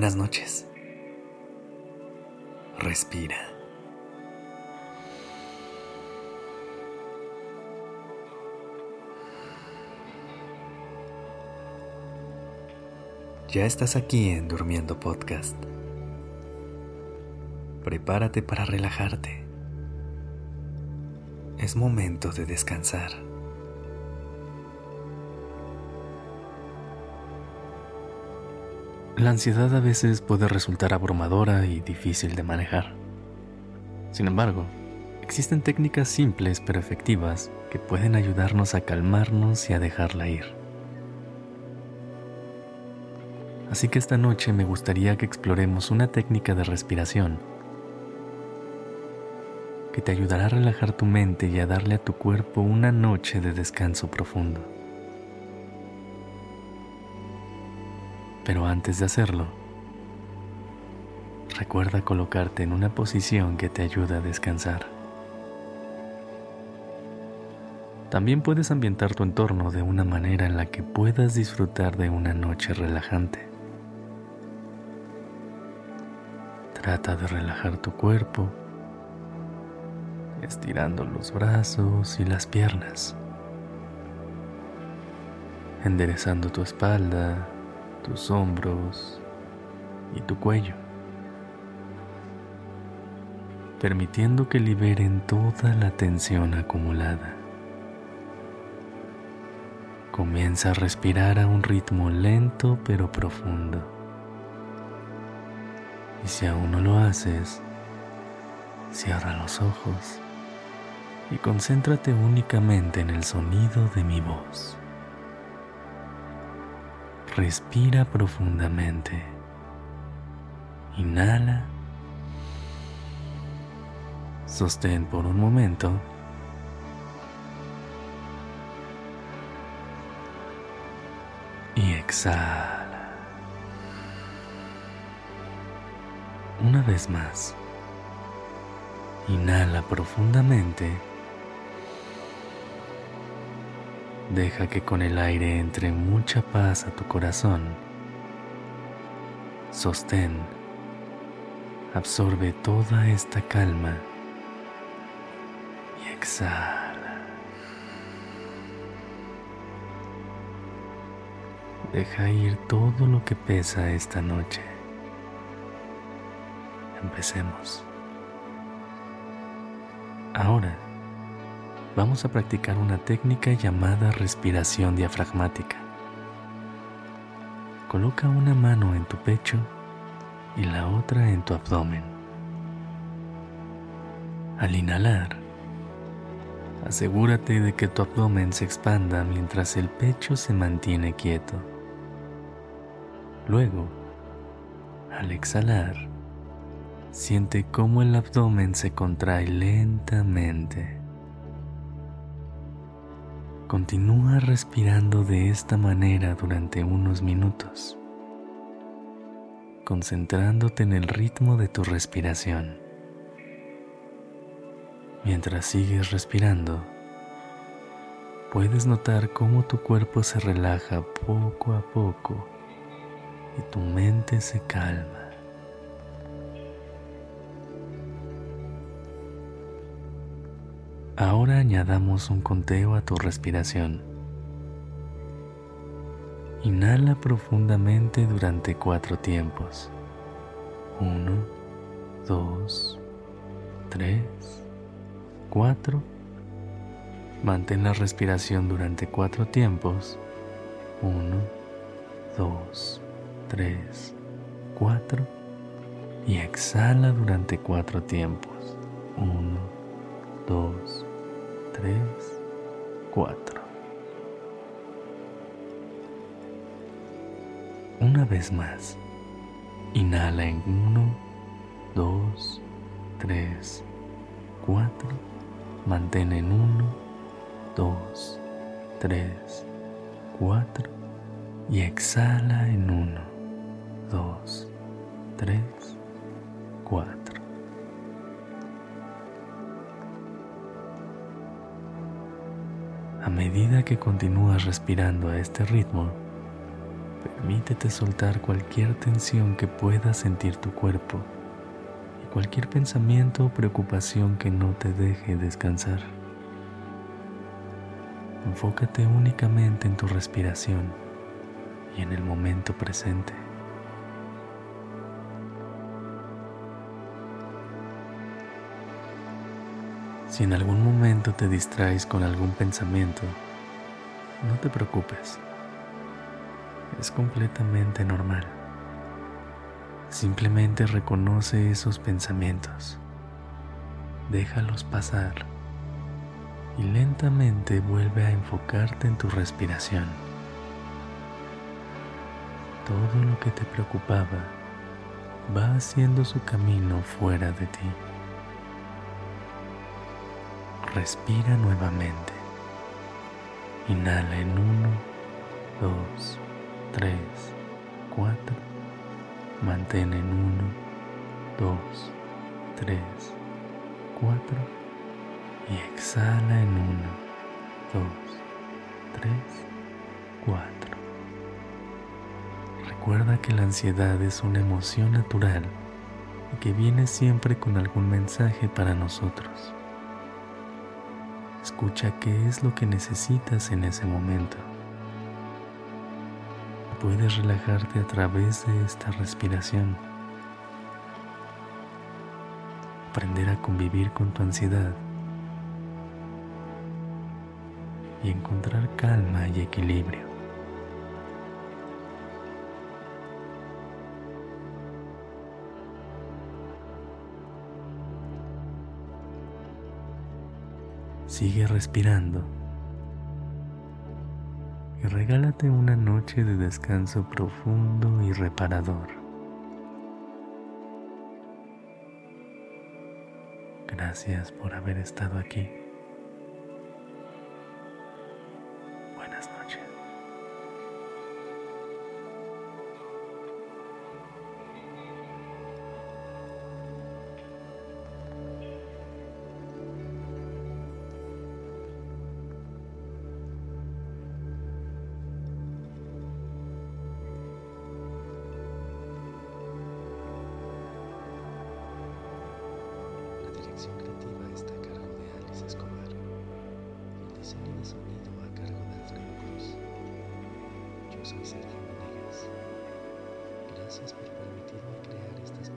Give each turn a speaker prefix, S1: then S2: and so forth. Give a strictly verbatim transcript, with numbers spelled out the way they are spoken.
S1: Buenas noches. Respira. Ya estás aquí en Durmiendo Podcast. Prepárate para relajarte. Es momento de descansar. La ansiedad a veces puede resultar abrumadora y difícil de manejar. Sin embargo, existen técnicas simples pero efectivas que pueden ayudarnos a calmarnos y a dejarla ir. Así que esta noche me gustaría que exploremos una técnica de respiración que te ayudará a relajar tu mente y a darle a tu cuerpo una noche de descanso profundo. Pero antes de hacerlo, recuerda colocarte en una posición que te ayude a descansar. También puedes ambientar tu entorno de una manera en la que puedas disfrutar de una noche relajante. Trata de relajar tu cuerpo, estirando los brazos y las piernas, enderezando tu espalda, tus hombros y tu cuello, permitiendo que liberen toda la tensión acumulada. Comienza a respirar a un ritmo lento pero profundo. Y si aún no lo haces, cierra los ojos y concéntrate únicamente en el sonido de mi voz. Respira profundamente. Inhala. Sostén por un momento. Y exhala. Una vez más. Inhala profundamente. Deja que con el aire entre mucha paz a tu corazón. Sostén. Absorbe toda esta calma. Y exhala. Deja ir todo lo que pesa esta noche. Empecemos. Ahora, vamos a practicar una técnica llamada respiración diafragmática. Coloca una mano en tu pecho y la otra en tu abdomen. Al inhalar, asegúrate de que tu abdomen se expanda mientras el pecho se mantiene quieto. Luego, al exhalar, siente cómo el abdomen se contrae lentamente. Continúa respirando de esta manera durante unos minutos, concentrándote en el ritmo de tu respiración. Mientras sigues respirando, puedes notar cómo tu cuerpo se relaja poco a poco y tu mente se calma. Ahora añadamos un conteo a tu respiración. Inhala profundamente durante cuatro tiempos. Uno, dos, tres, cuatro. Mantén la respiración durante cuatro tiempos. Uno, dos, tres, cuatro. Y exhala durante cuatro tiempos. Uno, dos, tres, cuatro. Una vez más. Inhala en uno, dos, tres, cuatro. Mantén en uno, dos, tres, cuatro. Y exhala en uno, dos, tres, cuatro. A medida que continúas respirando a este ritmo, Permítete soltar cualquier tensión que pueda sentir tu cuerpo y cualquier pensamiento o preocupación que no te deje descansar. Enfócate únicamente en tu respiración y en el momento presente. Si en algún momento te distraes con algún pensamiento, no te preocupes. Es completamente normal. Simplemente reconoce esos pensamientos. Déjalos pasar y lentamente vuelve a enfocarte en tu respiración. Todo lo que te preocupaba va haciendo su camino fuera de ti. Respira nuevamente. Inhala en uno, dos, tres, cuatro. Mantén en uno, dos, tres, cuatro. Y exhala en uno, dos, tres, cuatro. Recuerda que la ansiedad es una emoción natural y que viene siempre con algún mensaje para nosotros. Escucha qué es lo que necesitas en ese momento. Puedes relajarte a través de esta respiración. Aprender a convivir con tu ansiedad y encontrar calma y equilibrio. Sigue respirando y regálate una noche de descanso profundo y reparador. Gracias por haber estado aquí. Buenas noches.
S2: La dirección creativa está a cargo de Alice Escobar y el diseño de sonido a cargo de Alfredo Cruz. Yo soy Sergio Venegas. Gracias por permitirme crear estas